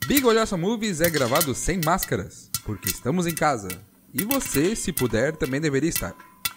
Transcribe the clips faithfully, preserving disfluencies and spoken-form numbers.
Bigolhosa Movies é gravado sem máscaras, porque estamos em casa. E você, se puder, também deveria estar.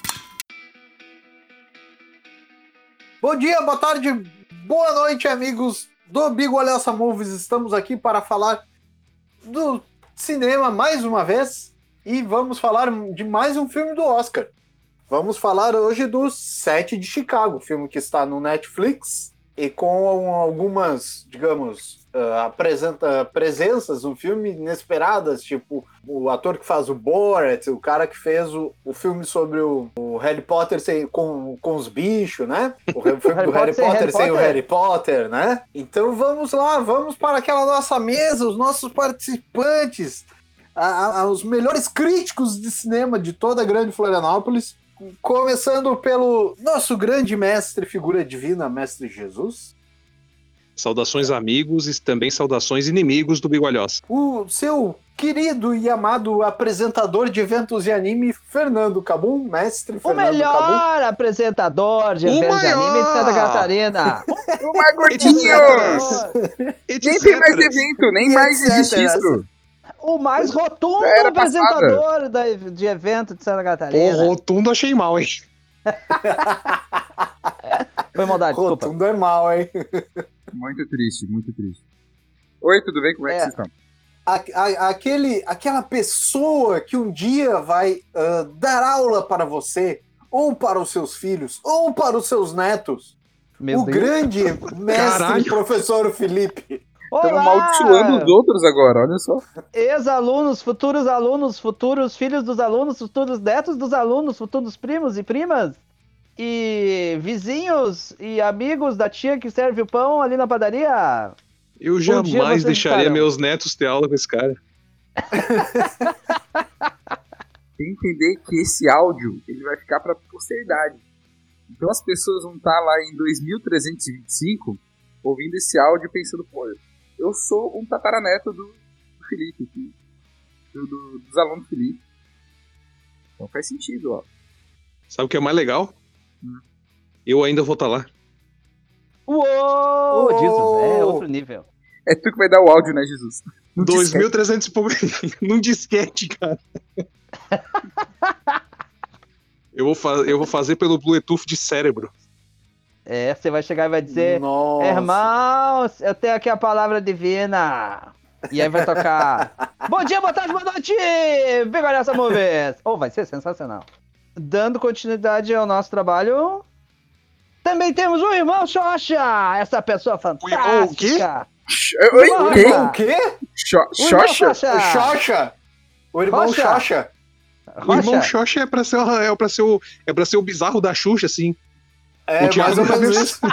Bom dia, boa tarde, boa noite, amigos do Bigolhosa Movies. Estamos aqui para falar do cinema mais uma vez e vamos falar de mais um filme do Oscar. Vamos falar hoje do Sete de Chicago, filme que está no Netflix e com algumas, digamos, uh, apresenta presenças no filme inesperadas, tipo o ator que faz o Borat, o cara que fez o, o filme sobre o, o Harry Potter sem, com, com os bichos, né? O filme Harry do Harry Potter sem Potter Harry sem o Potter. Harry Potter, né? Então vamos lá, vamos para aquela nossa mesa, os nossos participantes, a, a, os melhores críticos de cinema de toda a grande Florianópolis. Começando pelo nosso grande mestre, figura divina, Mestre Jesus. Saudações amigos e também saudações inimigos do Bigolhosa. O seu querido e amado apresentador de eventos de anime, Fernando Cabum, mestre O Fernando melhor Cabum. apresentador de O eventos de maior! anime de Santa Catarina. O mais gordinho! Nem tem mais evento, nem E mais etcétera. registro. O mais rotundo Era apresentador da, de evento de Santa Pô, Catarina. rotundo achei mal, hein? Foi maldade, desculpa. Rotundo é mal, hein? Muito triste, muito triste. Oi, tudo bem? Como é, É. que vocês estão? A- a- aquele, aquela pessoa que um dia vai ah, dar aula para você, ou para os seus filhos, ou para os seus netos. Meu o Deus. grande mestre Caralho. professor Felipe. Estão amaldiçoando os outros agora, olha só. Ex-alunos, futuros alunos, futuros filhos dos alunos, futuros netos dos alunos, futuros primos e primas, e vizinhos e amigos da tia que serve o pão ali na padaria. Eu dia jamais vocês deixaria estarão. meus netos ter aula com esse cara. Tem que entender que esse áudio ele vai ficar para posteridade. Então as pessoas vão estar lá em dois mil trezentos e vinte e cinco ouvindo esse áudio e pensando, pô, eu sou um tataraneto do, do Felipe, aqui, do, do, dos alunos do Felipe. Então faz sentido, ó. Sabe o que é mais legal? Hum. Eu ainda vou estar lá. Uou, Uou. Jesus, é outro nível. É tu que vai dar o áudio, né, Jesus? No dois mil e trezentos e pouco. Num disquete, cara. eu, vou fa- eu vou fazer pelo Bluetooth de cérebro. É, você vai chegar e vai dizer, Nossa. irmãos, eu tenho aqui a palavra divina. E aí vai tocar, bom dia, boa tarde, boa noite, Bigolhosa Movies. Oh, vai ser sensacional. Dando continuidade ao nosso trabalho, também temos o irmão Xoxa, essa pessoa irmão o quê? fantástica. Oi, Irmão o quê? O quê? Xo- O irmão Xoxa? Xoxa. O Xoxa. O irmão Rocha. Xoxa. O irmão Rocha. Xoxa é pra ser, o- é pra ser, o, é pra ser o bizarro da Xuxa, assim. É, O Thiago mais ou menos Neves. isso.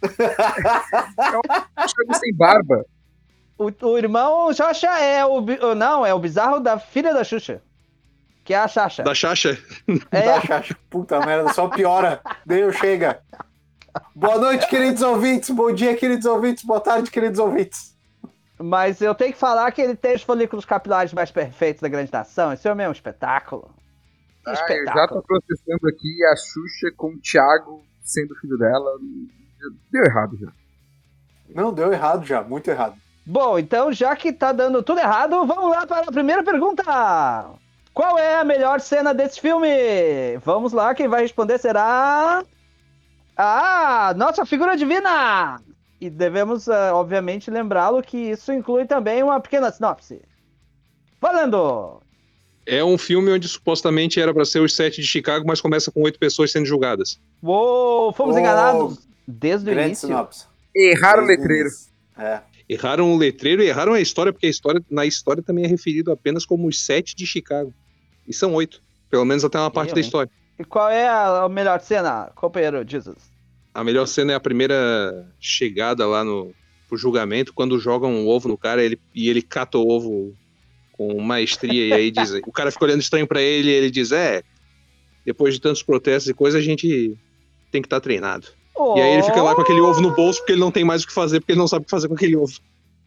Xoxa sem barba. O, o irmão Xoxa é o, bi- oh, não, é o bizarro da filha da Xuxa, que é a Xaxa. Da Xaxa. É, Da Xoxa. Puta merda, só piora. Deu, chega. Boa noite, queridos ouvintes. Bom dia, queridos ouvintes. Boa tarde, queridos ouvintes. mas eu tenho que falar que ele tem os folículos capilares mais perfeitos da grande nação. Esse homem é um espetáculo. Um Ah, eu já tô espetáculo. processando aqui a Xuxa com o Thiago sendo filho dela. Deu errado já. Não, deu errado já. Muito errado. Bom, então já que tá dando tudo errado, vamos lá para a primeira pergunta. Qual é a melhor cena desse filme? Vamos lá, quem vai responder será... Ah, nossa figura divina! E devemos, ah, obviamente, lembrá-lo que isso inclui também uma pequena sinopse. Valendo! É um filme onde supostamente era pra ser os sete de Chicago, mas começa com oito pessoas sendo julgadas. Uou, fomos Oh, enganados desde o Grande início. sinopse. Erraram o Desde letreiro. início. É. Erraram o letreiro e erraram a história, porque a história, na história também é referido apenas como os sete de Chicago. E são oito. Pelo menos até uma parte Eu, da hein? história. E qual é a a melhor cena, companheiro Jesus? A melhor cena é a primeira chegada lá no pro julgamento, quando jogam um ovo no cara ele, e ele cata o ovo com maestria e aí diz... o cara fica olhando estranho pra ele e ele diz, é, depois de tantos protestos e coisa, a gente tem que estar treinado. E aí ele fica lá com aquele ovo no bolso porque ele não tem mais o que fazer, porque ele não sabe o que fazer com aquele ovo.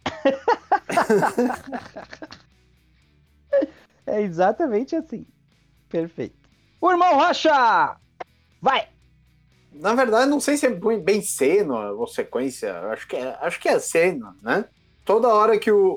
É exatamente assim. Perfeito. O irmão Rocha! Vai! Na verdade, não sei se é bem bem cena ou sequência. Acho que é, acho que é cena, né? toda hora que o,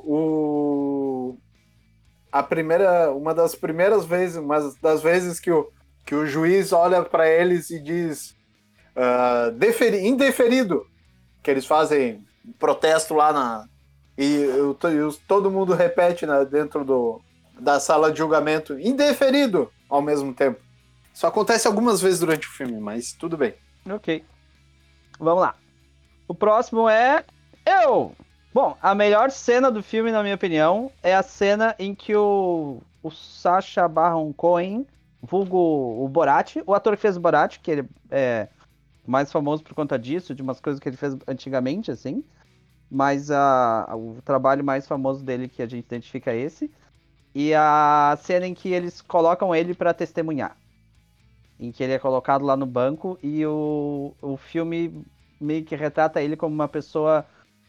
o a primeira, uma das primeiras vezes, uma das vezes que o, que o juiz olha para eles e diz uh, deferi, indeferido, que eles fazem protesto lá na e, eu, eu, todo mundo repete, né, dentro do, da sala de julgamento, indeferido ao mesmo tempo. Isso acontece algumas vezes durante o filme, mas tudo bem. Ok. Vamos lá. O próximo é eu. Bom, a melhor cena do filme, na minha opinião, é a cena em que o, o Sacha Baron Cohen, vulgo o Borat, o ator que fez o Borat, que ele é mais famoso por conta disso, de umas coisas que ele fez antigamente, assim, mas a, o trabalho mais famoso dele que a gente identifica é esse, e a cena em que eles colocam ele para testemunhar, em que ele é colocado lá no banco e o, o filme meio que retrata ele como uma pessoa,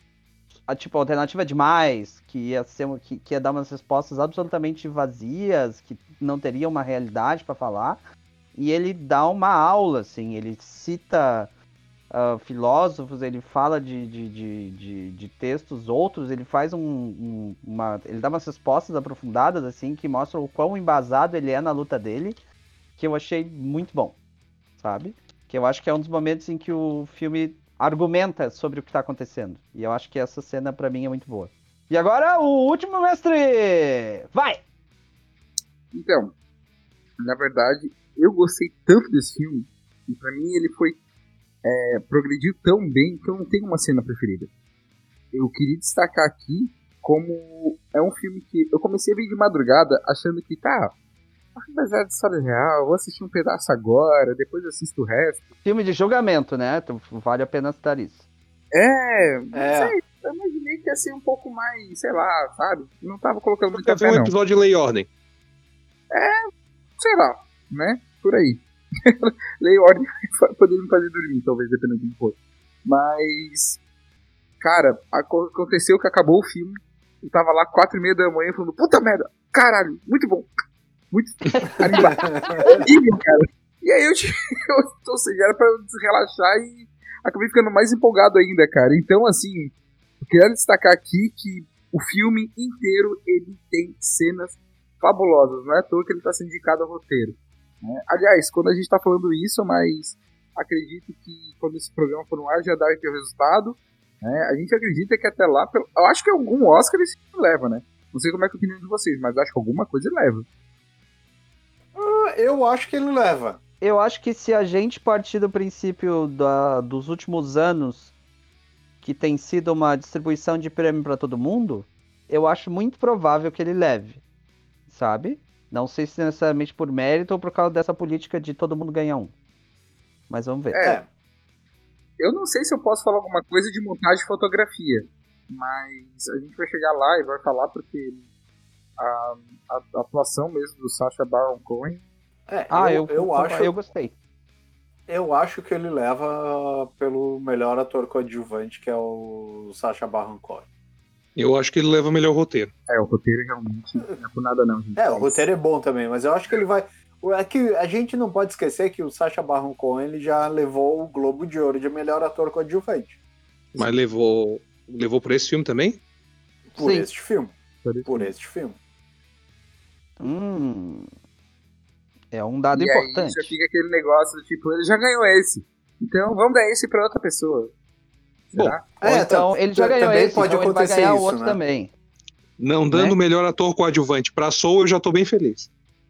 tipo, alternativa demais, que ia, ser, que, que ia dar umas respostas absolutamente vazias, que não teria uma realidade para falar, e ele dá uma aula, assim, ele cita uh, filósofos, ele fala de, de, de, de, de textos outros, ele faz um, um, uma... ele dá umas respostas aprofundadas, assim, que mostram o quão embasado ele é na luta dele, que eu achei muito bom, sabe? Que eu acho que é um dos momentos em que o filme argumenta sobre o que está acontecendo. E eu acho que essa cena, pra mim, é muito boa. E agora, o último mestre! Vai! Então, na verdade, eu gostei tanto desse filme, e pra mim ele foi é, progrediu tão bem que eu não tenho uma cena preferida. Eu queria destacar aqui como é um filme que eu comecei a ver de madrugada achando que, tá, apesar de história real, vou assistir um pedaço agora, depois assisto o resto. Filme de julgamento, né? Então, vale a pena citar isso. É, não É. sei, eu imaginei que ia ser um pouco mais, sei lá, sabe? Não tava colocando muita Quer ver fé, um não. episódio de Lei e Ordem? Sei lá, né? Por aí. Lei e Ordem poderia me fazer dormir, talvez, dependendo do que for. Mas, cara, aco- aconteceu que acabou o filme, eu tava lá quatro e meia da manhã falando, puta merda, caralho, muito bom. Muito animado. Horrível, cara. E aí eu, tive- eu ou seja, era pra eu relaxar e acabei ficando mais empolgado ainda, cara. Então, assim, eu queria destacar aqui que o filme inteiro, ele tem cenas fabulosas. Não é à toa que ele tá sendo indicado ao roteiro, né? Aliás, quando a gente tá falando isso, mas acredito que quando esse programa for no ar já dá aqui o resultado, né? A gente acredita que até lá, pelo- eu acho que algum Oscar esse filme leva, né? Não sei como é que é a opinião de vocês, mas acho que alguma coisa ele leva. Eu acho que ele leva. Eu acho que se a gente partir do princípio da, dos últimos anos, que tem sido uma distribuição de prêmio para todo mundo, eu acho muito provável que ele leve, sabe? Não sei se necessariamente por mérito ou por causa dessa política de todo mundo ganhar um. Mas vamos ver. É. É. Eu não sei se eu posso falar alguma coisa de montagem de fotografia, mas a gente vai chegar lá e vai falar porque a, a, a atuação mesmo do Sacha Baron Cohen. É, Ah, eu, eu, eu, acho, eu gostei. eu acho que ele leva pelo melhor ator coadjuvante, que é o Sacha Baron Cohen. Eu acho que ele leva o melhor roteiro. É, o roteiro realmente não é por nada não, gente. É, o Mas- roteiro é bom também, mas eu acho que ele vai... É que a gente não pode esquecer que o Sacha Baron Cohen ele já levou o Globo de Ouro de melhor ator coadjuvante. Mas levou, levou por esse filme também? Por Sim. este filme. Por esse Por filme. este filme. Hum, é um dado E aí importante. já fica aquele negócio do tipo, ele já ganhou esse, então vamos dar esse pra outra pessoa. Será? Ou É, então tá- ele já ganhou também esse, pode então ele vai acontecer ganhar o isso, outro né? também. Não dando Né? o melhor ator coadjuvante pra Soul, eu já tô bem feliz.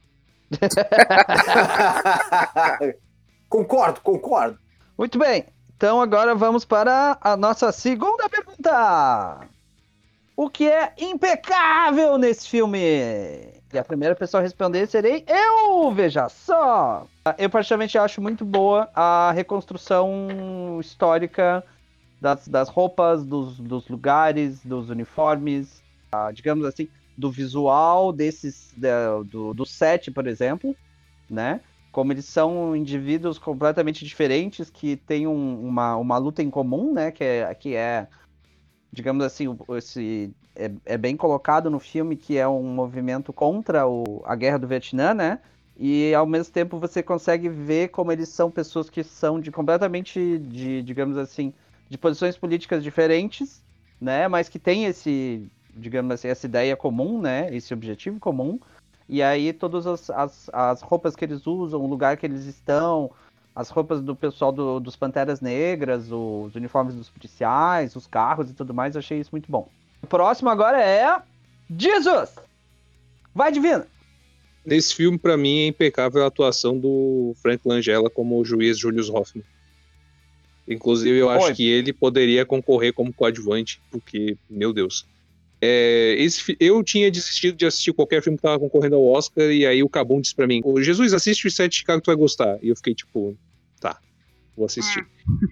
Concordo, concordo. Muito bem, então agora vamos para a nossa segunda pergunta. O que é impecável nesse filme? E a primeira pessoa a responder serei eu, veja só. Eu particularmente acho muito boa a reconstrução histórica das, das roupas, dos, dos lugares, dos uniformes, ah, digamos assim, do visual desses, da- do, do set, por exemplo, né? Como eles são indivíduos completamente diferentes que têm um- uma, uma luta em comum, né? Que é, que é digamos assim, o- esse, é, é bem colocado no filme que é um movimento contra o, a guerra do Vietnã, né? E ao mesmo tempo você consegue ver como eles são pessoas que são de completamente, de, digamos assim, de posições políticas diferentes, né? Mas que tem esse, digamos assim, essa ideia comum, né? Esse objetivo comum. E aí todas as, as, as roupas que eles usam, o lugar que eles estão, as roupas do pessoal do, dos Panteras Negras, os uniformes dos policiais, os carros e tudo mais, eu achei isso muito bom. O próximo agora é... Jesus! Vai, Divino! Nesse filme, pra mim, é impecável a atuação do Frank Langella como o juiz Julius Hoffman. Inclusive, eu acho Oi. que ele poderia concorrer como coadjuvante, porque, meu Deus. É, esse, eu tinha desistido de assistir qualquer filme que tava concorrendo ao Oscar, e aí o Cabum disse pra mim, "Ô, Jesus, assiste o Sete de Chicago que tu vai gostar." E eu fiquei tipo, tá, vou assistir.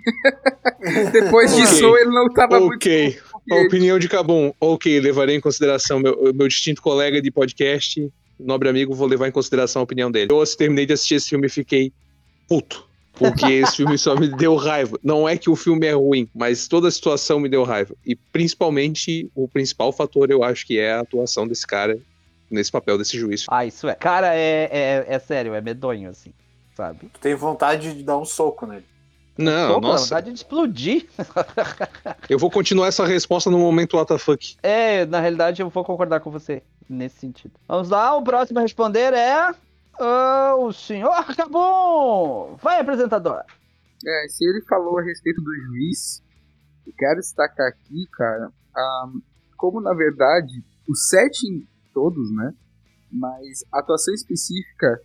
Depois disso, Ok. ele não tava muito... Ok, a opinião de Cabum, ok, levarei em consideração meu, meu distinto colega de podcast, nobre amigo, vou levar em consideração a opinião dele. Eu terminei de assistir esse filme e fiquei puto. Porque esse filme só me deu raiva. Não é que o filme é ruim, mas toda a situação me deu raiva. E principalmente, o principal fator eu acho que é a atuação desse cara nesse papel desse juiz. Ah, isso é. Cara, é, é, é sério, é medonho, assim, sabe? Tu tem vontade de dar um soco nele. Não, Pô, dá nossa, vontade de explodir. eu vou continuar essa resposta no momento what the fuck. É, na realidade eu vou concordar com você nesse sentido. Vamos lá, o próximo a responder é... ah, o senhor Cabum! Vai, apresentador! É, se ele falou a respeito do juiz, eu quero destacar aqui, cara, ah, como na verdade, o setting todos, né? Mas a atuação específica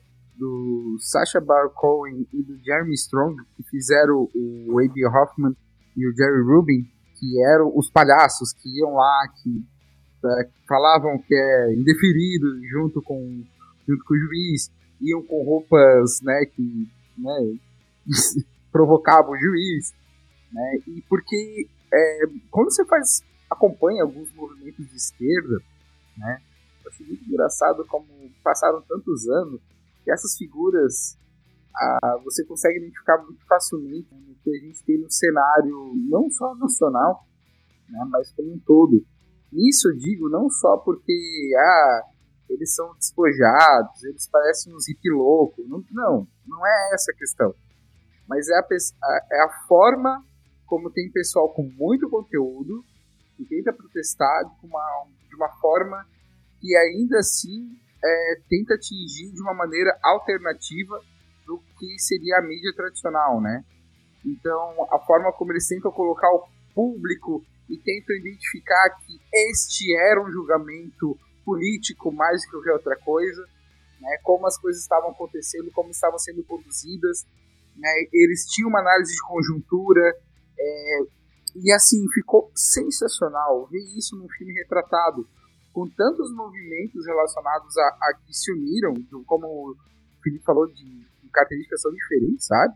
do Sacha Baron Cohen e do Jeremy Strong, que fizeram o Abe Hoffman e o Jerry Rubin, que eram os palhaços que iam lá, que é, falavam que é indeferido junto com, junto com o juiz, iam com roupas, né, que, né, provocavam o juiz, né, e porque é, quando você faz, acompanha alguns movimentos de esquerda, né, eu acho muito engraçado como passaram tantos anos que essas figuras ah, você consegue identificar muito facilmente no que a gente tem no cenário, não só nacional, né, mas como um todo. Isso eu digo não só porque ah, eles são despojados, eles parecem uns hippie loucos. Não, não, não é essa a questão. Mas é a, é a forma como tem pessoal com muito conteúdo que tenta protestar de uma, de uma forma que ainda assim é, tenta atingir de uma maneira alternativa do que seria a mídia tradicional, né? Então, a forma como eles tentam colocar o público e tentam identificar que este era um julgamento político mais do que qualquer outra coisa, né? Como as coisas estavam acontecendo, como estavam sendo conduzidas, né? Eles tinham uma análise de conjuntura, é, e assim, ficou sensacional ver isso num filme retratado, com tantos movimentos relacionados a, a que se uniram, como o Felipe falou, de, de características são diferentes, sabe?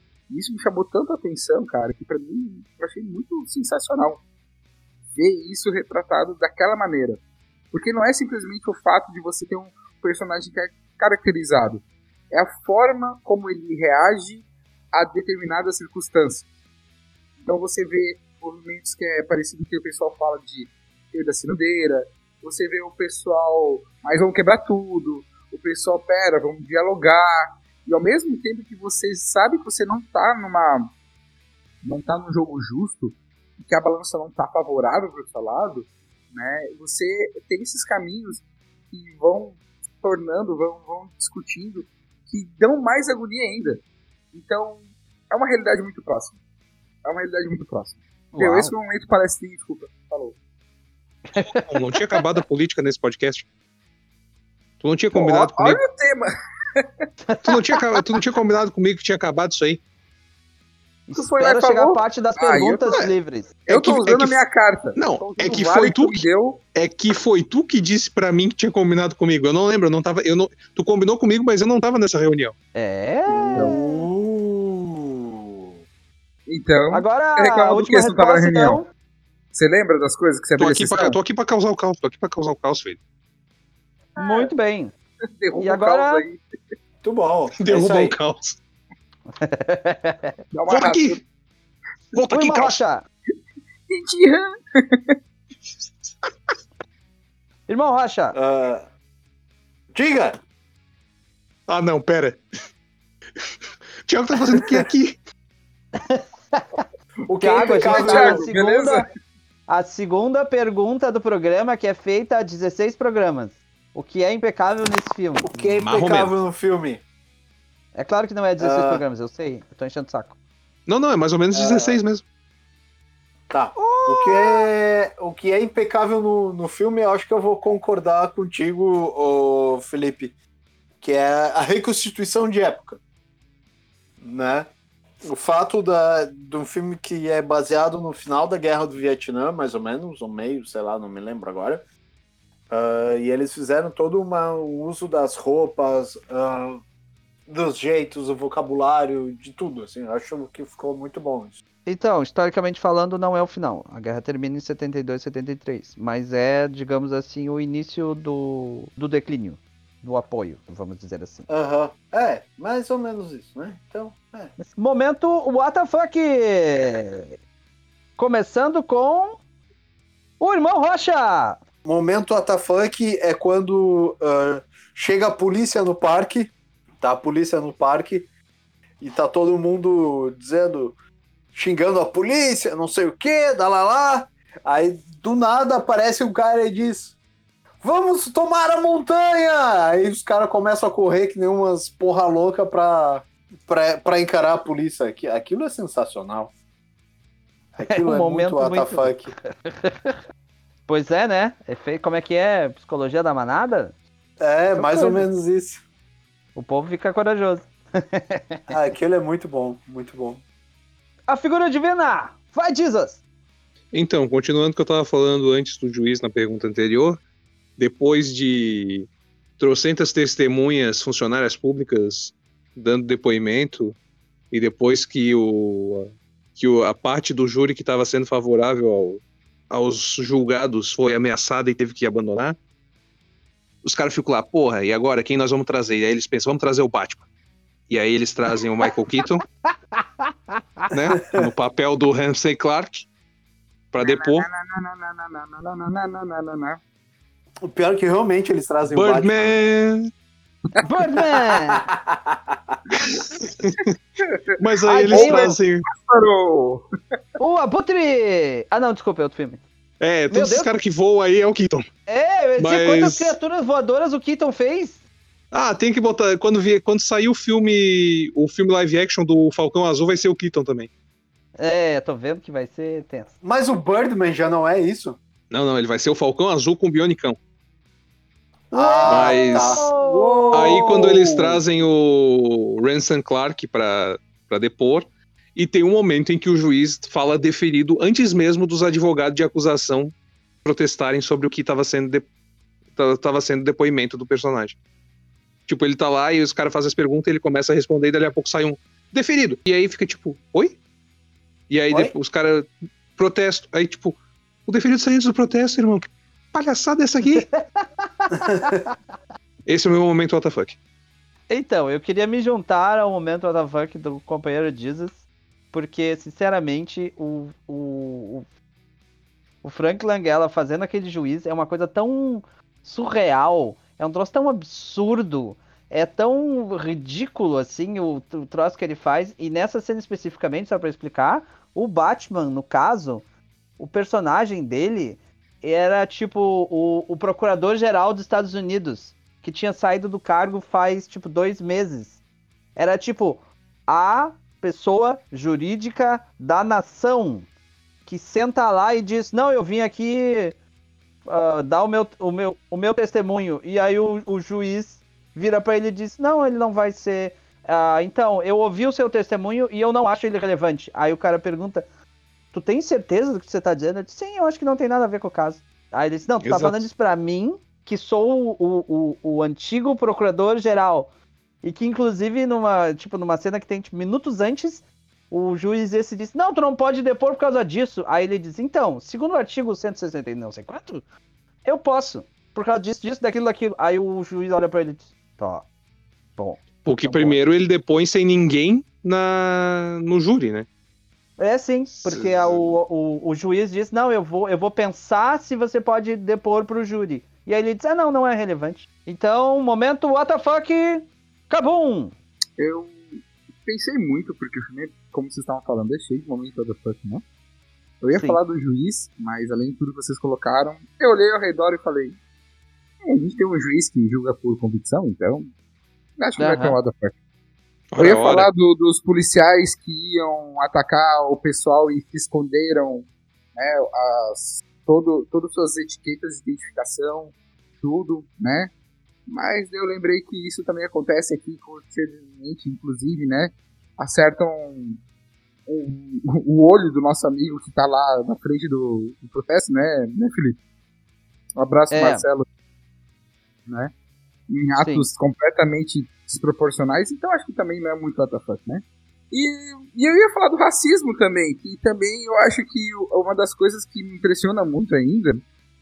E isso me chamou tanta atenção, cara, que pra mim eu achei muito sensacional ver isso retratado daquela maneira. Porque não é simplesmente o fato de você ter um personagem caracterizado, é a forma como ele reage a determinadas circunstâncias. Então você vê movimentos que é parecido com o que o pessoal fala de ter da cinudeira, você vê o pessoal, mas vamos quebrar tudo, o pessoal, pera, vamos dialogar, e ao mesmo tempo que você sabe que você não tá numa, não tá num jogo justo, e que a balança não tá favorável pro seu lado, né, você tem esses caminhos que vão tornando, vão, vão discutindo, que dão mais agonia ainda. Então, é uma realidade muito próxima. É uma realidade muito próxima. Deu, esse momento parece que, desculpa, falou. Não, não tinha acabado a política nesse podcast? Tu não tinha combinado Pô, comigo? olha o tema! Tu não, tinha, tu não tinha combinado comigo que tinha acabado isso aí? Tu foi lá e Espera chegar falou? a parte das Ah, eu perguntas tô- livres. Eu É que- tô é usando que- a minha carta. Não, Tô usando é que o foi vale tu me que- deu. É que foi tu que disse pra mim que tinha combinado comigo. Eu não lembro, eu não tava. Eu não, tu combinou comigo, mas eu não tava nessa reunião. É. Uh. Então, Agora, você reclama a do última que se não tava na resposta, reunião? então. você lembra das coisas que você Tô abriu aqui, exceção? pra, tô aqui pra causar o caos, tô aqui pra causar o caos, filho. Muito bem. Derruba E o agora- caos aí. Muito bom. É isso Derruba aí. o caos. Dá uma Volta aqui! raça. Volta Oi, aqui, caos! Rocha. Mentira! Irmão Rocha. Ah, diga! Ah, não, pera. O Thiago tá fazendo o que aqui? O que Thiago, a é gente pecado? tá na Thiago, segunda, beleza? a segunda pergunta do programa, que é feita há dezesseis programas. O que é impecável nesse filme? O que é Mais ou impecável no filme? É claro que não é dezesseis Ah. programas, eu sei. Eu tô enchendo o saco. Não, não, é mais ou menos dezesseis mesmo. Tá. O que é, o que é impecável no, no filme, eu acho que eu vou concordar contigo, ô, Felipe, que é a reconstituição de época, né? O fato da, de um filme que é baseado no final da Guerra do Vietnã, mais ou menos, ou meio, sei lá, não me lembro agora. Uh, e eles fizeram todo uma, o uso das roupas, uh, dos jeitos, o vocabulário, de tudo, assim. Eu acho que ficou muito bom isso. Então, historicamente falando, não é o final. A guerra termina em setenta e dois, setenta e três. Mas é, digamos assim, o início do, do declínio. Do apoio, vamos dizer assim. Aham. Uhum. É, mais ou menos isso, né? Então, é. Momento what the fuck! Começando com o Irmão Rocha! Momento W T F é quando uh, chega a polícia no parque, tá a polícia no parque, e tá todo mundo dizendo, xingando a polícia, não sei o que, dá lá lá. Aí do nada aparece um cara e diz, vamos tomar a montanha! Aí os caras começam a correr que nem umas porra louca pra, pra, pra encarar a polícia. Aquilo é sensacional. Aquilo É um é momento muito W T F. Pois é, né? Como é que é? Psicologia da manada? É, Essa mais coisa. ou menos isso. O povo fica corajoso. Ah, aquilo é muito bom, muito bom. A figura divina! Vai, Jesus! Então, continuando o que eu tava falando antes do juiz na pergunta anterior, depois de trocentas testemunhas, funcionárias públicas dando depoimento, e depois que, o, que o, a parte do júri que estava sendo favorável ao, aos julgados foi ameaçada e teve que abandonar, os caras ficam lá, porra, e agora quem nós vamos trazer? E aí eles pensam, vamos trazer o Batman. E aí eles trazem o Michael Keaton, né, no papel do Ramsey Clark, pra depor. O pior é que realmente eles trazem o Batman. Birdman! Birdman! Mas aí Ai, eles tem o- trazem... O Abutre! Ah, não, desculpa, é outro filme. É, Meu todos esses Deus. caras que voam aí é o Keaton. É, eu ia dizer Mas- quantas criaturas voadoras o Keaton fez? Ah, tem que botar... Quando, vi, quando sair o filme, o filme live action do Falcão Azul, vai ser o Keaton também. É, tô vendo que vai ser tenso. Mas o Birdman já não é isso? Não, não, ele vai ser o Falcão Azul com o Bionicão. Ah, Mas- tá. Uou! Aí quando eles trazem o Ransom Clark pra, pra depor, e tem um momento em que o juiz fala deferido antes mesmo dos advogados de acusação protestarem sobre o que estava sendo, de, tava sendo depoimento do personagem. Tipo, ele tá lá e os caras fazem as perguntas, ele começa a responder e dali a pouco sai um deferido. E aí fica tipo, oi? E aí Oi? depois, os caras protestam. Aí tipo, o deferido saiu antes do protesto, irmão. Que palhaçada é essa aqui? Esse é o meu momento what the fuck. Então, eu queria me juntar ao momento what the fuck do companheiro Jesus, porque, sinceramente, o, o, o, o Frank Langella fazendo aquele juiz é uma coisa tão surreal, é um troço tão absurdo, é tão ridículo, assim, o, o troço que ele faz, e nessa cena especificamente, só pra explicar, o Batman, no caso, o personagem dele era, tipo, o, o procurador-geral dos Estados Unidos, que tinha saído do cargo faz, tipo, dois meses. Era, tipo, a pessoa jurídica da nação que senta lá e diz, não, eu vim aqui uh, dar o meu, o, meu, o meu testemunho. E aí o, o juiz vira pra ele e diz, não, ele não vai ser... Uh, então, eu ouvi o seu testemunho e eu não acho ele relevante. Aí o cara pergunta, tu tem certeza do que você tá dizendo? Eu disse, sim, eu acho que não tem nada a ver com o caso. Aí ele disse, não, tu Exato. tá falando isso pra mim, que sou o, o, o antigo procurador-geral. E que, inclusive, numa, tipo, numa cena que tem tipo, minutos antes, o juiz esse disse, não, tu não pode depor por causa disso. Aí ele diz, então, segundo o artigo cento e sessenta e não sei quanto, eu posso, por causa disso, disso, daquilo, daquilo. Aí o juiz olha pra ele e diz, tá, bom. Porque Tá bom. primeiro ele depõe sem ninguém na, no júri, né? É sim, porque a, o, o, o juiz diz, não, eu vou, eu vou pensar se você pode depor pro júri. E aí ele diz, ah, não, não é relevante. Então, momento what the fuck, cabum! Eu pensei muito, porque o filme, como vocês estavam falando, é cheio de momentos what the fuck, né? Eu ia Sim. falar do juiz, mas além de tudo que vocês colocaram, eu olhei ao redor e falei: é, a gente tem um juiz que julga por convicção, então acho que vai ter um Aham. lado forte. Eu Ora, ia ora. falar do- dos policiais que iam atacar o pessoal e que esconderam, né, as, todo, todas as suas etiquetas de identificação, tudo, né? Mas eu lembrei que isso também acontece aqui cotidianamente, inclusive, né? Acertam um- o olho do nosso amigo que tá lá na frente do, do protesto, né, né, Felipe? Um abraço, É. Marcelo. Né? Em atos completamente desproporcionais, então acho que também não é muito what the fuck, né? E, e eu ia falar do racismo também, que também eu acho que o- uma das coisas que me impressiona muito ainda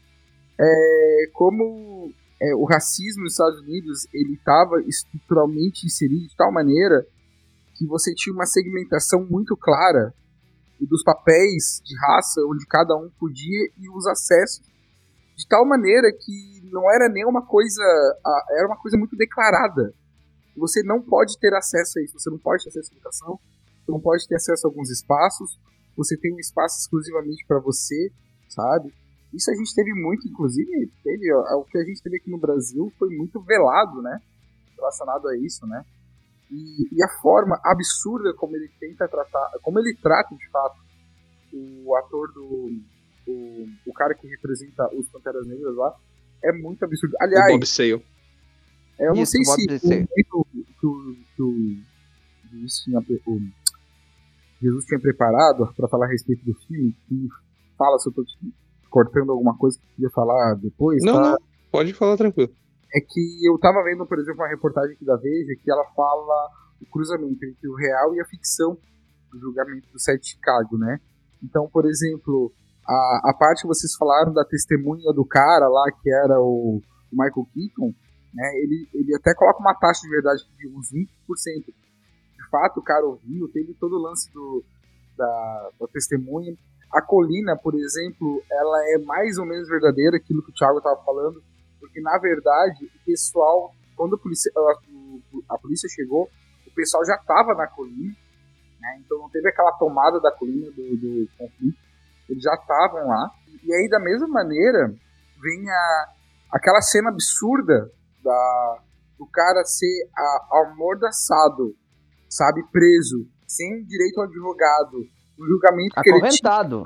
é como é, o racismo nos Estados Unidos ele estava estruturalmente inserido de tal maneira que você tinha uma segmentação muito clara dos papéis de raça onde cada um podia e os acessos de tal maneira que não era nem uma coisa, a- era uma coisa muito declarada. Você não pode ter acesso a isso, você não pode ter acesso à educação, você não pode ter acesso a alguns espaços, você tem um espaço exclusivamente para você, sabe? Isso a gente teve muito, inclusive, teve, ó, o que a gente teve aqui no Brasil foi muito velado, né? Relacionado a isso, né? E, e a forma absurda como ele tenta tratar, como ele trata de fato o ator do. O, o cara que representa os Panteras Negras lá é muito absurdo. O Aliás, Bob Sale. eu não Isso, sei o Bob se o Sale. momento que o, que o Jesus, tinha, pre- o Jesus tinha preparado para falar a respeito do filme, que fala se eu tô te cortando alguma coisa que eu queria falar depois, Não, tá? não. Pode falar tranquilo. É que eu tava vendo, por exemplo, uma reportagem aqui da Veja que ela fala o cruzamento entre o real e a ficção do julgamento do sete de Chicago, né? Então, por exemplo, a, a parte que vocês falaram da testemunha do cara lá, que era o, o Michael Keaton, né? Ele, ele até coloca uma taxa de verdade de uns vinte por cento. De fato, o cara ouviu, teve todo o lance do, da, da testemunha. A colina, por exemplo, ela é mais ou menos verdadeira, aquilo que o Thiago estava falando, porque, na verdade, o pessoal, quando a polícia, a, a polícia chegou, o pessoal já estava na colina, né? Então não teve aquela tomada da colina do, do conflito, eles já estavam lá. E aí, da mesma maneira, vem a, aquela cena absurda da, do cara ser a, amordaçado, sabe, preso, sem direito ao advogado, no julgamento que ele tinha Acorrentado.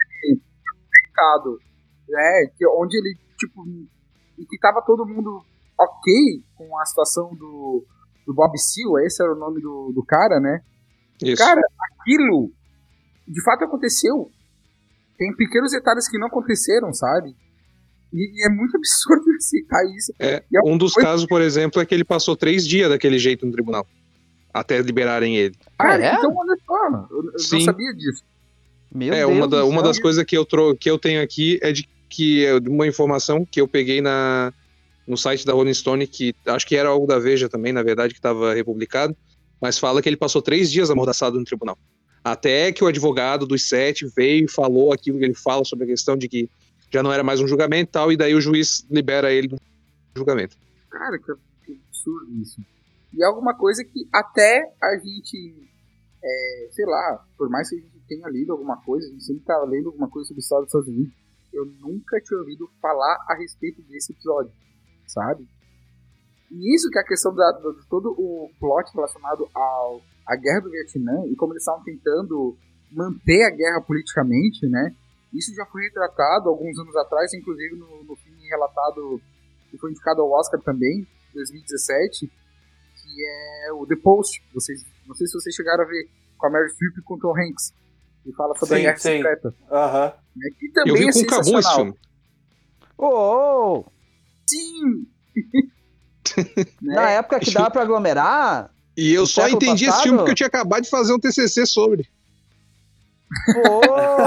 ficado, né, que, onde ele, tipo, e que tava todo mundo ok com a situação do, do Bob Seale, esse era o nome do, do cara, né? Isso. Cara, aquilo de fato aconteceu. Tem pequenos detalhes que não aconteceram, sabe? E, e é muito absurdo aceitar isso. É, E é um dos coisa- casos, por exemplo, é que ele passou três dias daquele jeito no tribunal. Até liberarem ele. Cara, Ah, é? então olha só, eu, eu não Sim. sabia disso. Meu é, Deus uma, da- do uma céu. das coisas que eu, tro que eu tenho aqui é de que é de uma informação que eu peguei na, no site da Rolling Stone, que acho que era algo da Veja também, na verdade, que estava republicado, mas fala que ele passou três dias amordaçado no tribunal. Até que o advogado dos sete veio e falou aquilo que ele fala sobre a questão de que já não era mais um julgamento e tal, e daí o juiz libera ele do julgamento. Cara, que, que absurdo isso. E é alguma coisa que até a gente, é, sei lá, por mais que a gente tenha lido alguma coisa, a gente sempre tá lendo alguma coisa sobre a história dos Estados Unidos, eu nunca tinha ouvido falar a respeito desse episódio, sabe? E isso que é a questão da, do, de todo o plot relacionado ao, à guerra do Vietnã e como eles estavam tentando manter a guerra politicamente, né? Isso já foi retratado alguns anos atrás, inclusive no, no filme relatado, que foi indicado ao Oscar também, em dois mil e dezessete, que é o The Post. Vocês, não sei se vocês chegaram a ver, com a Meryl Streep e com o Tom Hanks, que fala sobre Sim, a guerra sim. secreta. Aham. Né? Que também Eu vi é com o Cabu esse sensacional. filme. Ô, ô, Sim! Né? na época que dava pra aglomerar, E eu No só século entendi esse passado? filme porque eu tinha acabado de fazer um T C C sobre. pô!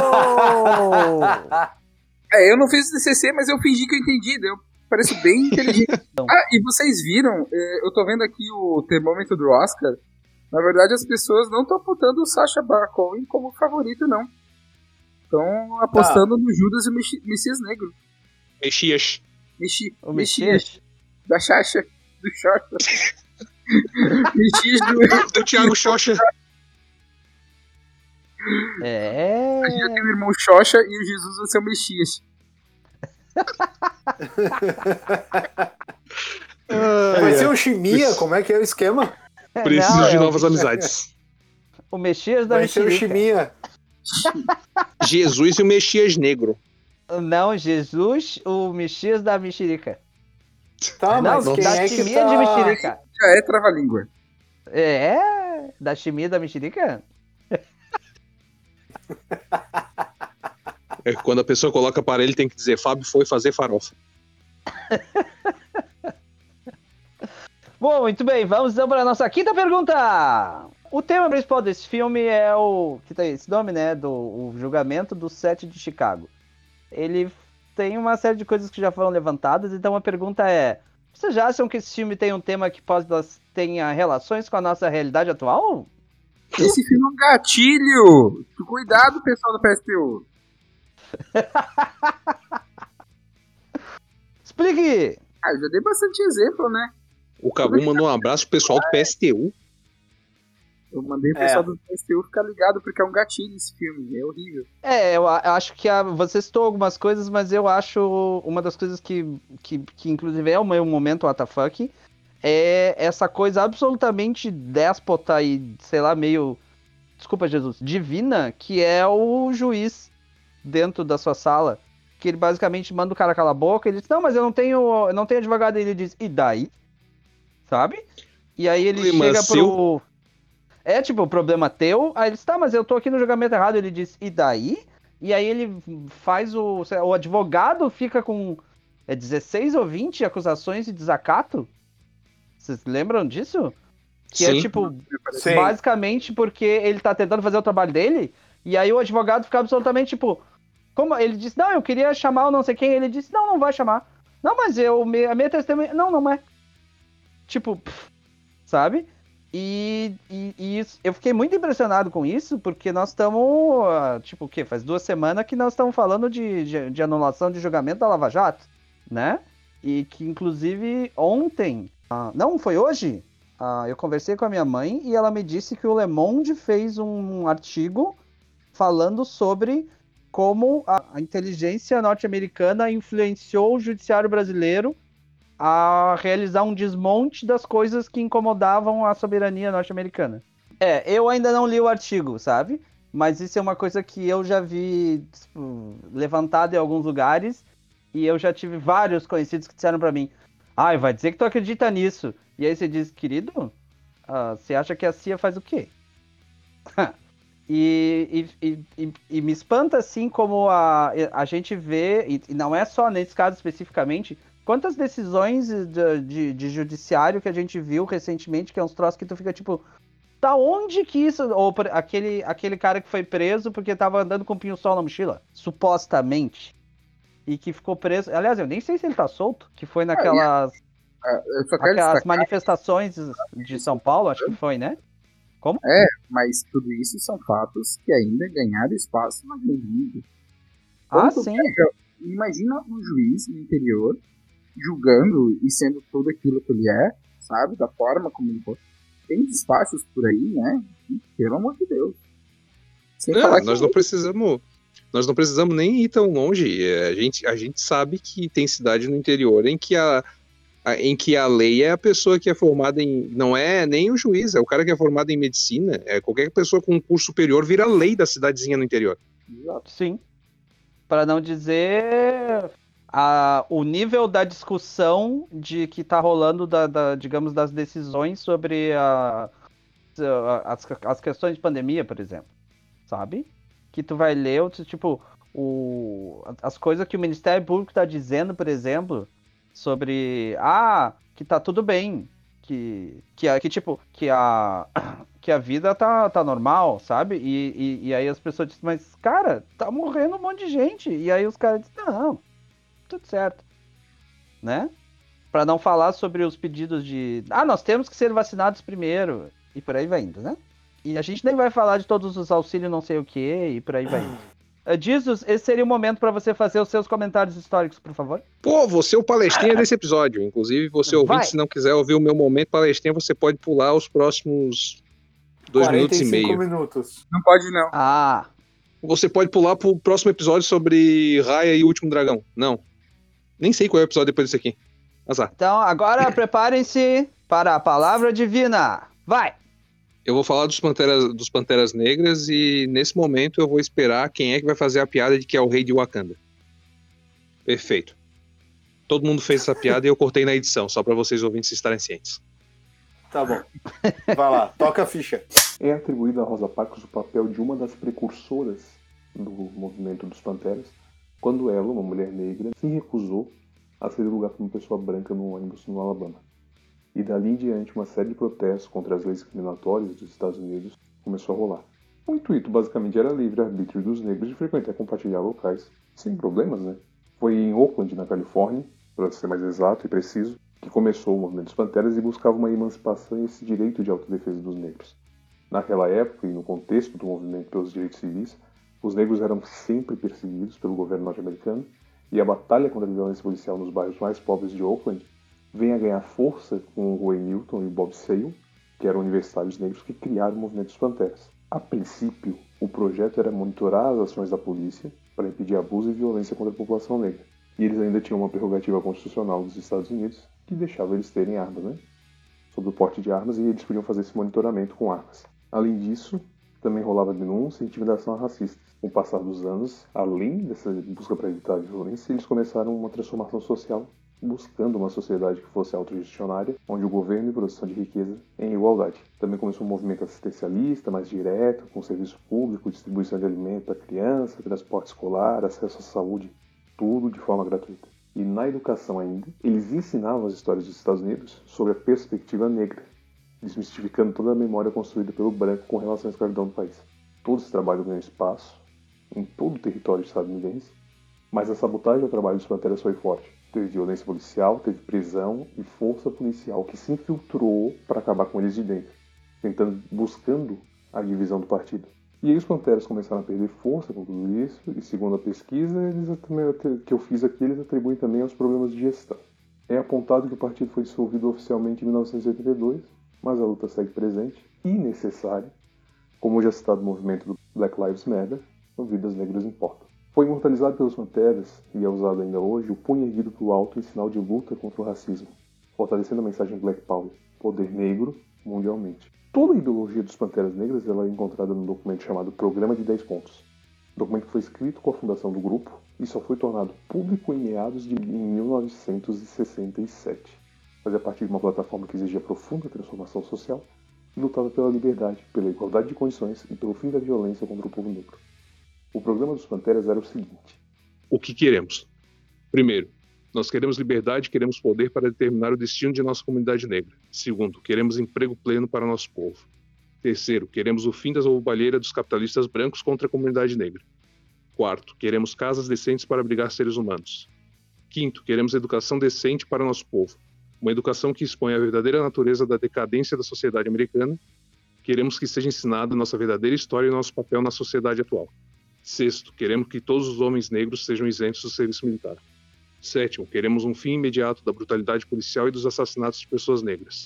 É, eu não fiz o T C C, mas eu fingi que eu entendi, deu. Pareço bem inteligente. Ah, e vocês viram, é, eu tô vendo aqui o termômetro do Oscar, na verdade as pessoas não estão apontando o Sacha Baron Cohen como favorito, não. Estão apostando no Judas e o Messi- Messias Negro. Mexias. Mexi, O Messias. Messias. Da Chacha, do Xoxa. Messias do... O Thiago Xoxa. É. Imagina ter o irmão Xoxa e o Jesus vai ser o Messias. Vai ser o Chimia? Como é que é o esquema? Preciso Não, de é o- novas amizades. O Messias da Vai ser o mexerica. Chimia. Jesus e o Messias negro. Não, Jesus, o Messias da mexerica. Tá, não, mas quem da é que chimia tá... de mexerica. Já é trava-língua. É, da chimia da mexerica? É quando a pessoa coloca aparelho, tem que dizer: Fábio foi fazer farofa. Bom, muito bem, vamos então para a nossa quinta pergunta. O tema principal desse filme é o, que tem esse nome, né, do o julgamento do sete de Chicago. Ele tem uma série de coisas que já foram levantadas, então a pergunta é: vocês já acham que esse filme tem um tema que pode tenha relações com a nossa realidade atual? Esse filme é um gatilho. Cuidado, pessoal do P S T U. Explique! Ah, eu já dei bastante exemplo, né? O Cabu mandou um abraço pro pessoal do P S T U. Eu mandei o É. pessoal do P S T U ficar ligado, porque é um gatilho esse filme. É horrível. É, eu, a- eu acho que a, você citou algumas coisas, mas eu acho uma das coisas que, que, que inclusive é o meu momento W T F F, é essa coisa absolutamente déspota e, sei lá, meio, desculpa Jesus, divina, que é o juiz dentro da sua sala, que ele basicamente manda o cara calar a boca, ele diz, não, mas eu não tenho, eu não tenho advogado, e ele diz, e daí? Sabe? E aí ele Problema chega seu. pro... É, tipo, o problema teu. Aí ele diz, tá, mas eu tô aqui no julgamento errado. Ele diz, e daí? E aí ele faz o... sei lá, o advogado fica com é, dezesseis ou vinte acusações de desacato. Vocês lembram disso? Que é, Sim. tipo, Sim. basicamente porque ele tá tentando fazer o trabalho dele. E aí o advogado fica absolutamente, tipo... Como? Ele disse, não, eu queria chamar o não sei quem. Ele disse, não, não vai chamar. Não, mas eu, a minha testemunha... Não, não é. Tipo, pff, sabe? E, e, e isso, eu fiquei muito impressionado com isso, porque nós estamos, tipo, o quê? Faz duas semanas que nós estamos falando de, de, de anulação de julgamento da Lava Jato, né? E que, inclusive, ontem, ah, não, foi hoje, ah, eu conversei com a minha mãe e ela me disse que o Le Monde fez um artigo falando sobre como a, a inteligência norte-americana influenciou o judiciário brasileiro a realizar um desmonte das coisas que incomodavam a soberania norte-americana. É, eu ainda não li o artigo, sabe? Mas isso é uma coisa que eu já vi tipo, levantado em alguns lugares e eu já tive vários conhecidos que disseram pra mim, ai, vai dizer que tu acredita nisso. E aí você diz, querido, ah, você acha que a C I A faz o quê? E, e, e, e, e me espanta assim como a, a gente vê, e, e não é só nesse caso especificamente, quantas decisões de, de, de judiciário que a gente viu recentemente, que é uns troços que tu fica tipo, da onde que isso... Ou por- aquele, aquele cara que foi preso porque tava andando com pinho-sol na mochila, supostamente, e que ficou preso... Aliás, eu nem sei se ele tá solto, que foi naquelas, Ah, eu só quero aquelas destacar, manifestações de São Paulo, acho que foi, né? mas tudo isso são fatos que ainda ganharam espaço na grande mídia. Ah, Quando tu sim. pega- Imagina um juiz no interior julgando e sendo tudo aquilo que ele é, sabe? Da forma como ele for. Tem despachos por aí, né? E, pelo amor de Deus. Sem Não, falar que nós não precisamos. Nós não precisamos nem ir tão longe. É, A gente, a gente sabe que tem cidade no interior em que a, a- em que a lei é a pessoa que é formada em. Não é nem o juiz, é o cara que é formado em medicina. É qualquer pessoa com um curso superior vira lei da cidadezinha no interior. Sim. Para não dizer a, o nível da discussão de que tá rolando, da, da, digamos, das decisões sobre a, a- as, as questões de pandemia, por exemplo. Sabe? Que tu vai ler, tu, tipo, o, as coisas que o Ministério Público tá dizendo, por exemplo, sobre, ah, que tá tudo bem, que, que, a- que tipo, que a, que a vida tá, tá normal, sabe? E, e, e aí as pessoas dizem, mas, cara, tá morrendo um monte de gente. E aí os caras dizem, não, tudo certo. Né? Pra não falar sobre os pedidos de, ah, nós temos que ser vacinados primeiro. E por aí vai indo, né? E a gente nem vai falar de todos os auxílios não sei o que, e por aí vai indo. Uh, Jesus, esse seria o momento para você fazer os seus comentários históricos, por favor. Pô, você é o palestrinha desse episódio. Inclusive, você ouvinte, Vai. se não quiser ouvir o meu momento palestrinha, você pode pular os próximos dois minutos e quarenta e cinco meio. minutos. não pode não. Ah, Você pode pular pro próximo episódio sobre Raya e o Último Dragão. Não. Nem sei qual é o episódio depois desse aqui. Azar. Então, agora preparem-se para a palavra divina. Vai! Eu vou falar dos Panteras, dos Panteras Negras e nesse momento eu vou esperar quem é que vai fazer a piada de que é o rei de Wakanda. Perfeito. Todo mundo fez essa piada e eu cortei na edição, só para vocês ouvintes estarem cientes. Tá bom. Vai lá, toca a ficha. É atribuído a Rosa Parks o papel de uma das precursoras do movimento dos Panteras, quando ela, uma mulher negra, se recusou a ceder lugar para uma pessoa branca no ônibus no Alabama. E dali em diante, uma série de protestos contra as leis discriminatórias dos Estados Unidos começou a rolar. O intuito, basicamente, era livre-arbítrio dos negros de frequentar e compartilhar locais, sem problemas, né? Foi em Oakland, na Califórnia, para ser mais exato e preciso, que começou o movimento dos Panteras e buscava uma emancipação e esse direito de autodefesa dos negros. Naquela época, e no contexto do movimento pelos direitos civis, os negros eram sempre perseguidos pelo governo norte-americano e a batalha contra a violência policial nos bairros mais pobres de Oakland vem a ganhar força com o Huey Newton e o Bob Sale, que eram universitários negros que criaram o movimento dos Panteras. A princípio, o projeto era monitorar as ações da polícia para impedir abuso e violência contra a população negra. E eles ainda tinham uma prerrogativa constitucional dos Estados Unidos que deixava eles terem armas, né? Sobre o porte de armas, e eles podiam fazer esse monitoramento com armas. Além disso, também rolava denúncia e intimidação a racistas. Com o passar dos anos, além dessa busca para evitar a violência, eles começaram uma transformação social buscando uma sociedade que fosse autogestionária, onde o governo e produção de riqueza em igualdade. Também começou um movimento assistencialista, mais direto, com serviço público, distribuição de alimento para criança, transporte escolar, acesso à saúde, tudo de forma gratuita. E na educação ainda, eles ensinavam as histórias dos Estados Unidos sobre a perspectiva negra, desmistificando toda a memória construída pelo branco com relação à escravidão do país. Todo esse trabalho ganhou espaço em todo o território estadunidense, mas a sabotagem ao trabalho dos Panteras foi forte. Teve violência policial, teve prisão e força policial que se infiltrou para acabar com eles de dentro, tentando, buscando a divisão do partido. E aí os Panteras começaram a perder força com tudo isso, e segundo a pesquisa eles, que eu fiz aqui, eles atribuem também aos problemas de gestão. É apontado que o partido foi dissolvido oficialmente em mil novecentos e oitenta e dois, mas a luta segue presente e necessária, como já citado o movimento do Black Lives Matter, no Vidas Negras Importam. Foi imortalizado pelos Panteras, e é usado ainda hoje, o punho erguido para o alto em sinal de luta contra o racismo, fortalecendo a mensagem Black Power, poder negro mundialmente. Toda a ideologia dos Panteras Negras ela é encontrada num documento chamado Programa de dez Pontos, documento que foi escrito com a fundação do grupo e só foi tornado público em meados de mil novecentos e sessenta e sete, mas a partir de uma plataforma que exigia profunda transformação social e lutava pela liberdade, pela igualdade de condições e pelo fim da violência contra o povo negro. O programa dos Panteras era o seguinte: o que queremos? Primeiro, nós queremos liberdade e queremos poder para determinar o destino de nossa comunidade negra. Segundo, queremos emprego pleno para nosso povo. Terceiro, queremos o fim das roubalheiras dos capitalistas brancos contra a comunidade negra. Quarto, queremos casas decentes para abrigar seres humanos. Quinto, queremos educação decente para nosso povo. Uma educação que expõe a verdadeira natureza da decadência da sociedade americana. Queremos que seja ensinada nossa verdadeira história e nosso papel na sociedade atual. Sexto, queremos que todos os homens negros sejam isentos do serviço militar. Sétimo, queremos um fim imediato da brutalidade policial e dos assassinatos de pessoas negras.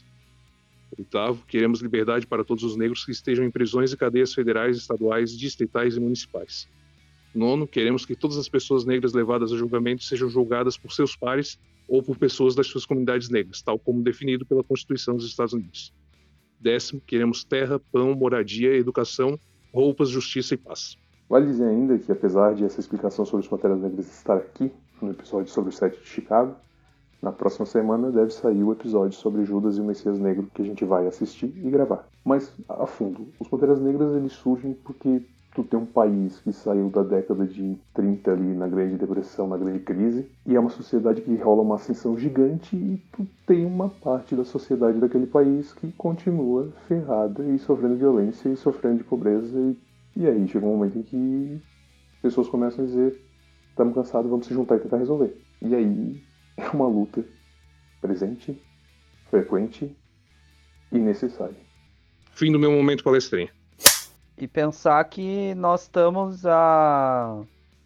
Oitavo, queremos liberdade para todos os negros que estejam em prisões e cadeias federais, estaduais, distritais e municipais. Nono, queremos que todas as pessoas negras levadas a julgamento sejam julgadas por seus pares ou por pessoas das suas comunidades negras, tal como definido pela Constituição dos Estados Unidos. Décimo, queremos terra, pão, moradia, educação, roupas, justiça e paz. Vale dizer ainda que, apesar de essa explicação sobre os Panteras Negras estar aqui, no episódio sobre o sete de Chicago, na próxima semana deve sair o episódio sobre Judas e o Messias Negro, que a gente vai assistir e gravar. Mas, a fundo, os Panteras Negras eles surgem porque tu tem um país que saiu da década de trinta ali na Grande Depressão, na Grande Crise, e é uma sociedade que rola uma ascensão gigante e tu tem uma parte da sociedade daquele país que continua ferrada e sofrendo violência e sofrendo de pobreza. E, e aí chega um momento em que pessoas começam a dizer: estamos cansados, vamos se juntar e tentar resolver. E aí é uma luta presente, frequente e necessária. Fim do meu momento palestrinha. E pensar que nós estamos a...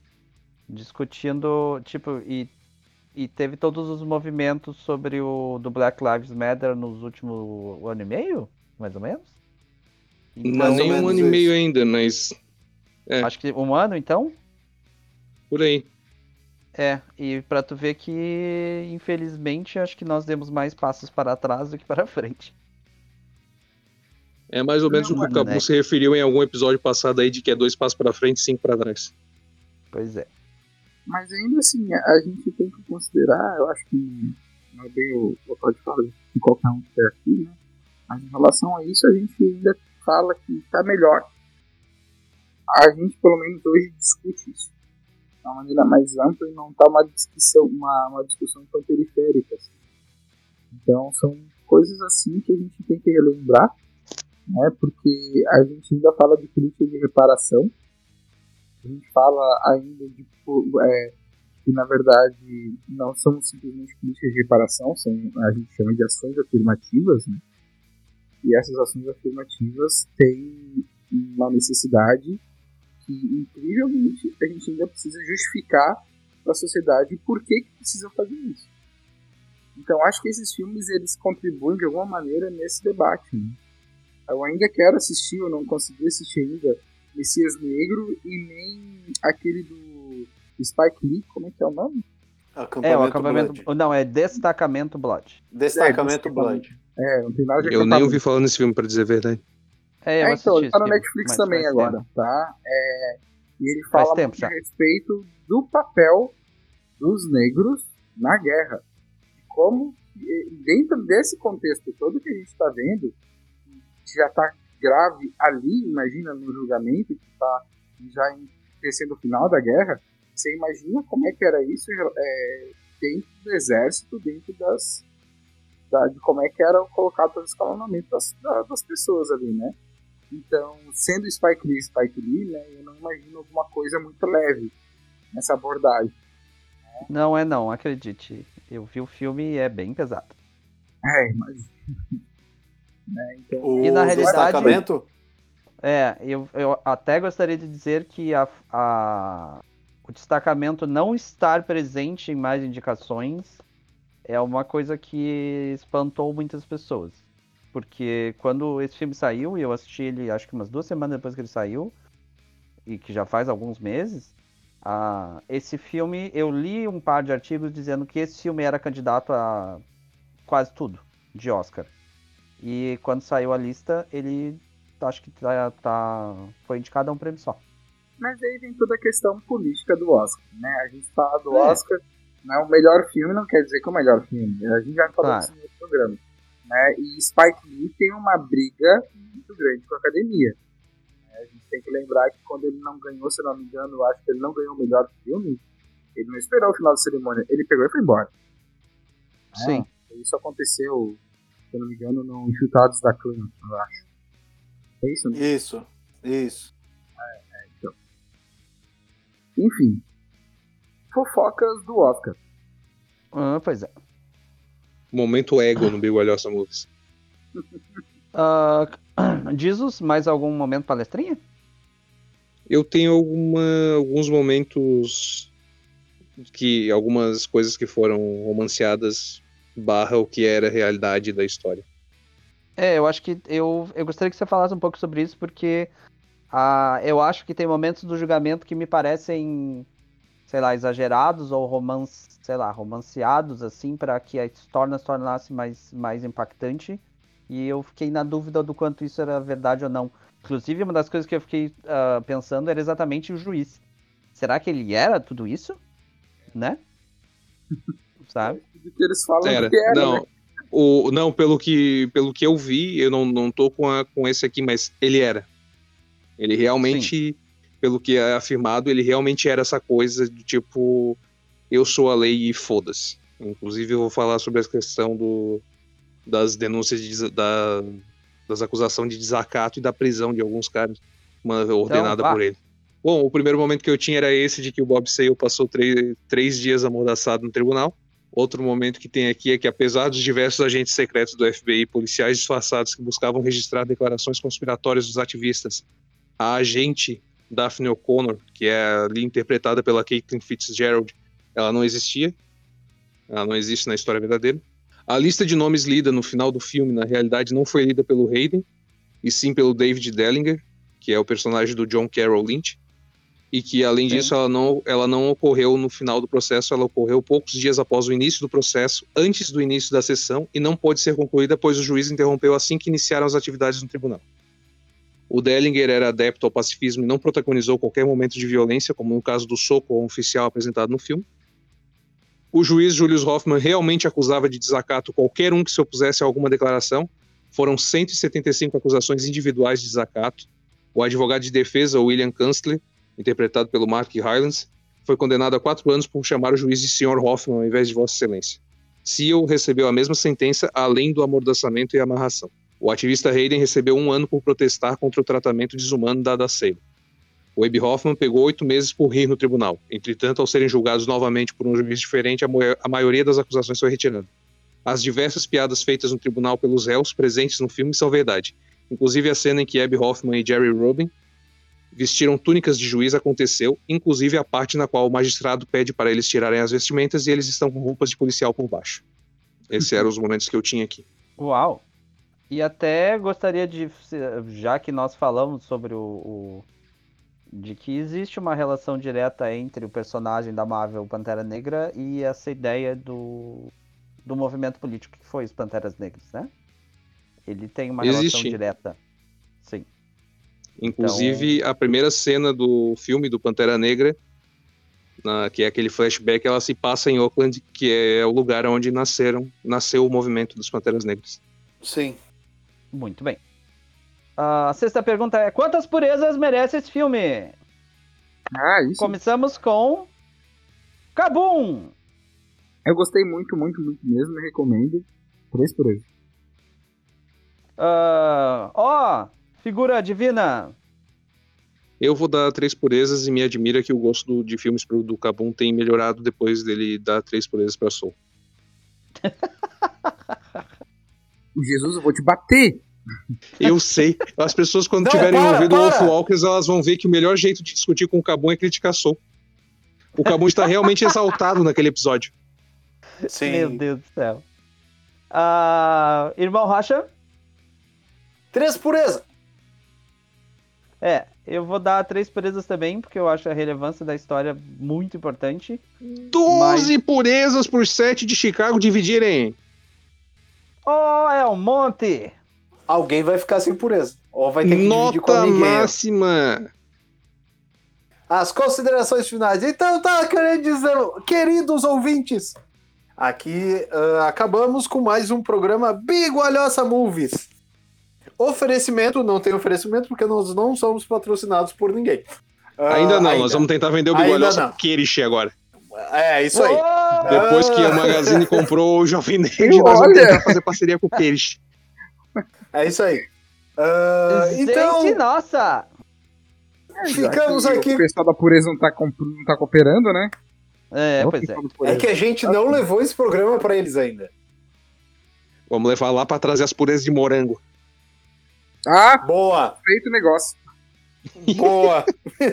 discutindo, tipo, e, e teve todos os movimentos sobre o do Black Lives Matter nos últimos um ano e meio, mais ou menos? Não, nem um ano e meio ainda, mas É. Acho que um ano, então? Por aí. É, e pra tu ver que, infelizmente, acho que nós demos mais passos para trás do que para frente. É mais ou menos Não, o que o Cabu né? se referiu em algum episódio passado aí, de que é dois passos pra frente e cinco pra trás. Pois é. Mas ainda assim, a gente tem que considerar, eu acho que não é bem o local de fala de qualquer um que está aqui, né? Mas em relação a isso, a gente ainda fala que está melhor. A gente, pelo menos hoje, discute isso de uma maneira mais ampla e não está uma discussão, uma, uma discussão tão periférica. Assim. Então, são coisas assim que a gente tem que relembrar, né? Porque a gente ainda fala de política de reparação. A gente fala ainda de é, que, na verdade, não são simplesmente políticas de reparação, são, a gente chama de ações afirmativas, né? E essas ações afirmativas têm uma necessidade que, incrivelmente, a gente ainda precisa justificar para a sociedade por que, que precisa fazer isso. Então, acho que esses filmes, eles contribuem de alguma maneira nesse debate, né? Eu ainda quero assistir, eu não consegui assistir ainda, Messias Negro e nem aquele do Spike Lee, como é que é o nome? Acampamento É, o acampamento. Blood. Não, é Destacamento Blood. Destacamento É, Blood. É, não tem nada de Eu nem acampamento. ouvi falando nesse filme, pra dizer a verdade. É, eu É, então, assisti ele tá esse no filme, Netflix mas também faz agora, tempo. tá? É, e ele Faz fala tempo muito já. a respeito do papel dos negros na guerra. E como, dentro desse contexto todo que a gente tá vendo, que já tá grave ali, imagina no julgamento, que tá já em descendo o final da guerra, você imagina como é que era isso é, dentro do exército, dentro das da, de como é que era colocado o escalonamento das, da, das pessoas ali, né? Então, sendo Spike Lee, Spike Lee, né, eu não imagino alguma coisa muito leve nessa abordagem. Não é não, acredite. Eu vi o filme e é bem pesado. É, imagina. né? Então, O E na realidade- destacamento? É, eu, eu até gostaria de dizer que a, a- o destacamento não estar presente em mais indicações é uma coisa que espantou muitas pessoas. Porque quando esse filme saiu, e eu assisti ele acho que umas duas semanas depois que ele saiu, e que já faz alguns meses, ah, esse filme, eu li um par de artigos dizendo que esse filme era candidato a quase tudo de Oscar. E quando saiu a lista, ele acho que tá, tá- foi indicado a um prêmio só. mas aí vem toda a questão política do Oscar, né? A gente fala do É. Oscar, não é o melhor filme, não quer dizer que é o melhor filme. A gente já falou Claro. isso no outro programa. Né? E Spike Lee tem uma briga muito grande com a academia. Né? A gente tem que lembrar que quando ele não ganhou, se não me engano, eu acho que ele não ganhou o melhor filme, ele não esperou o final da cerimônia, ele pegou e foi embora. Né? Sim. Isso aconteceu, se eu não me engano, no Infiltrados da Clã, eu acho. É isso, né? Isso, isso. Enfim. Fofocas do Oscar. Ah, pois é. Momento ego no Big Walhosa Movies. Ah, Jesus, mais algum momento palestrinha? Eu tenho alguma, alguns momentos que algumas coisas que foram romanceadas barra o que era a realidade da história. É, eu acho que eu, eu gostaria que você falasse um pouco sobre isso, porque ah, eu acho que tem momentos do julgamento que me parecem, sei lá, exagerados ou romance, sei lá, romanceados, assim, para que a história se tornasse mais, mais impactante. E eu fiquei na dúvida do quanto isso era verdade ou não. Inclusive, uma das coisas que eu fiquei ah, pensando era exatamente o juiz. Será que ele era tudo isso? Né? Sabe? Do que eles falam Era, que era, não, né? o, não pelo, que, pelo que eu vi, eu não, não tô com, a, com esse aqui, mas ele era. Ele realmente, pelo que é afirmado, ele realmente era essa coisa do tipo, eu sou a lei e foda-se. Inclusive eu vou falar sobre a questão do, das denúncias, de, des- da, das acusações de desacato e da prisão de alguns caras, uma, ordenada vá. por ele. Bom, o primeiro momento que eu tinha era esse de que o Bob Sale passou três, três dias amordaçado no tribunal. Outro momento que tem aqui é que, apesar dos diversos agentes secretos do F B I e policiais disfarçados que buscavam registrar declarações conspiratórias dos ativistas, a agente Daphne O'Connor, que é ali interpretada pela Caitlin Fitzgerald, ela não existia. Ela não existe na história verdadeira. A lista de nomes lida no final do filme, na realidade, não foi lida pelo Hayden, e sim pelo David Dellinger, que é o personagem do John Carroll Lynch. e que, além Sim. disso, ela não, ela não ocorreu no final do processo, ela ocorreu poucos dias após o início do processo, antes do início da sessão, e não pôde ser concluída, pois o juiz interrompeu assim que iniciaram as atividades no tribunal. O Dellinger era adepto ao pacifismo e não protagonizou qualquer momento de violência, como no caso do soco ao oficial apresentado no filme. O juiz Julius Hoffman realmente acusava de desacato qualquer um que se opusesse a alguma declaração. Foram cento e setenta e cinco acusações individuais de desacato. O advogado de defesa, William Kanzler, interpretado pelo Mark Rylance, foi condenado a quatro anos por chamar o juiz de senhor Hoffman ao invés de Vossa Excelência. Seal recebeu a mesma sentença, além do amordaçamento e amarração. O ativista Hayden recebeu um ano por protestar contra o tratamento desumano dado a Sale. O Abe Hoffman pegou oito meses por rir no tribunal. Entretanto, ao serem julgados novamente por um juiz diferente, a, mo- a maioria das acusações foi retirada. As diversas piadas feitas no tribunal pelos réus presentes no filme são verdade. Inclusive a cena em que Abe Hoffman e Jerry Rubin vestiram túnicas de juiz aconteceu, inclusive a parte na qual o magistrado pede para eles tirarem as vestimentas e eles estão com roupas de policial por baixo. Esses eram os momentos que eu tinha aqui. Uau! E até gostaria de, já que nós falamos sobre o, o de que existe uma relação direta entre o personagem da Marvel Pantera Negra e essa ideia do, do movimento político que foi os Panteras Negras, né? Ele tem uma Existe. relação direta. Sim. Inclusive, então... a primeira cena do filme do Pantera Negra, na, que é aquele flashback, ela se passa em Oakland, que é o lugar onde nasceram, nasceu o movimento dos Panteras Negras. Sim. Muito bem. A sexta pergunta é: quantas purezas merece esse filme? Ah, isso. Começamos com Kabum. Eu gostei muito, muito, muito mesmo. Eu recomendo. Três por aí. Ah, Ó, figura divina. Eu vou dar três purezas e me admira que o gosto do, de filmes pro, do Kabum tem melhorado depois dele dar três purezas pra Soul. Jesus, eu vou te bater! Eu sei. As pessoas, quando Não, tiverem para, ouvido o para. Wolfwalkers, elas vão ver que o melhor jeito de discutir com o Kabum é criticar Soul. O Kabum está realmente exaltado naquele episódio. Sim. Meu Deus do céu. Ah, irmão Racha? Três pureza. É, eu vou dar três purezas também, porque eu acho a relevância da história muito importante. doze Mas... purezas por sete de Chicago dividirem. Oh, é um monte! Alguém vai ficar sem pureza. Ou vai ter que Nota dividir com ninguém. máxima. As considerações finais. Então tá querendo dizer, queridos ouvintes, aqui uh, acabamos com mais um programa Bigualhoça Movies. Oferecimento, não tem oferecimento porque nós não somos patrocinados por ninguém. Uh, ainda não, ainda. nós vamos tentar vender o Bigualhoça pro Kerish agora. É, isso aí. Oh! Depois que a Magazine comprou o Jovem Nerd, nós vamos tentar fazer parceria com o Kerish. É isso aí. Uh, Gente, então, nossa! ficamos Já que aqui. O pessoal da Pureza não tá, comp- não tá cooperando, né? É, Não pois é. pessoal da É Pureza. que a gente não levou esse programa pra eles ainda. Vamos levar lá pra trazer as purezas de morango. Ah, Boa, feito o negócio. boa.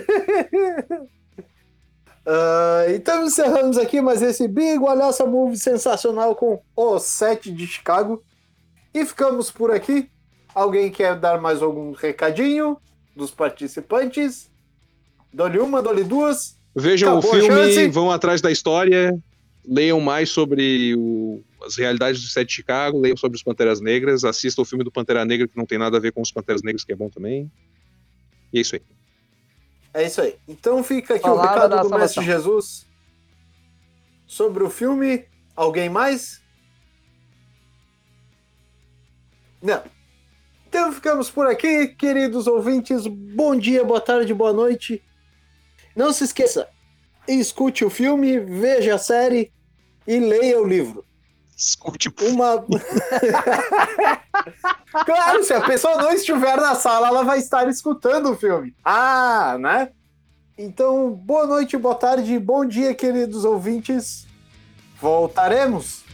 Uh, então encerramos aqui mais esse Bigualhoça Movie sensacional com o sete de Chicago. E ficamos por aqui. Alguém quer dar mais algum recadinho dos participantes? Dou-lhe uma, dou-lhe duas. Vejam Acabou o a filme, chance. vão atrás da história, leiam mais sobre o- as realidades do sete de Chicago, leiam sobre os Panteras Negras, assistam o filme do Pantera Negra, que não tem nada a ver com os Panteras Negras, que é bom também. E é isso aí. É isso aí. Então fica aqui Palavra o recado da do salvação. Mestre Jesus sobre o filme. Alguém mais? Não. Então ficamos por aqui, queridos ouvintes. Bom dia, boa tarde, boa noite. Não se esqueça, escute o filme, veja a série e leia o livro. Escute. Uma... Claro, se a pessoa não estiver na sala, ela vai estar escutando o filme. Ah, né? Então, boa noite, boa tarde, bom dia, queridos ouvintes. Voltaremos.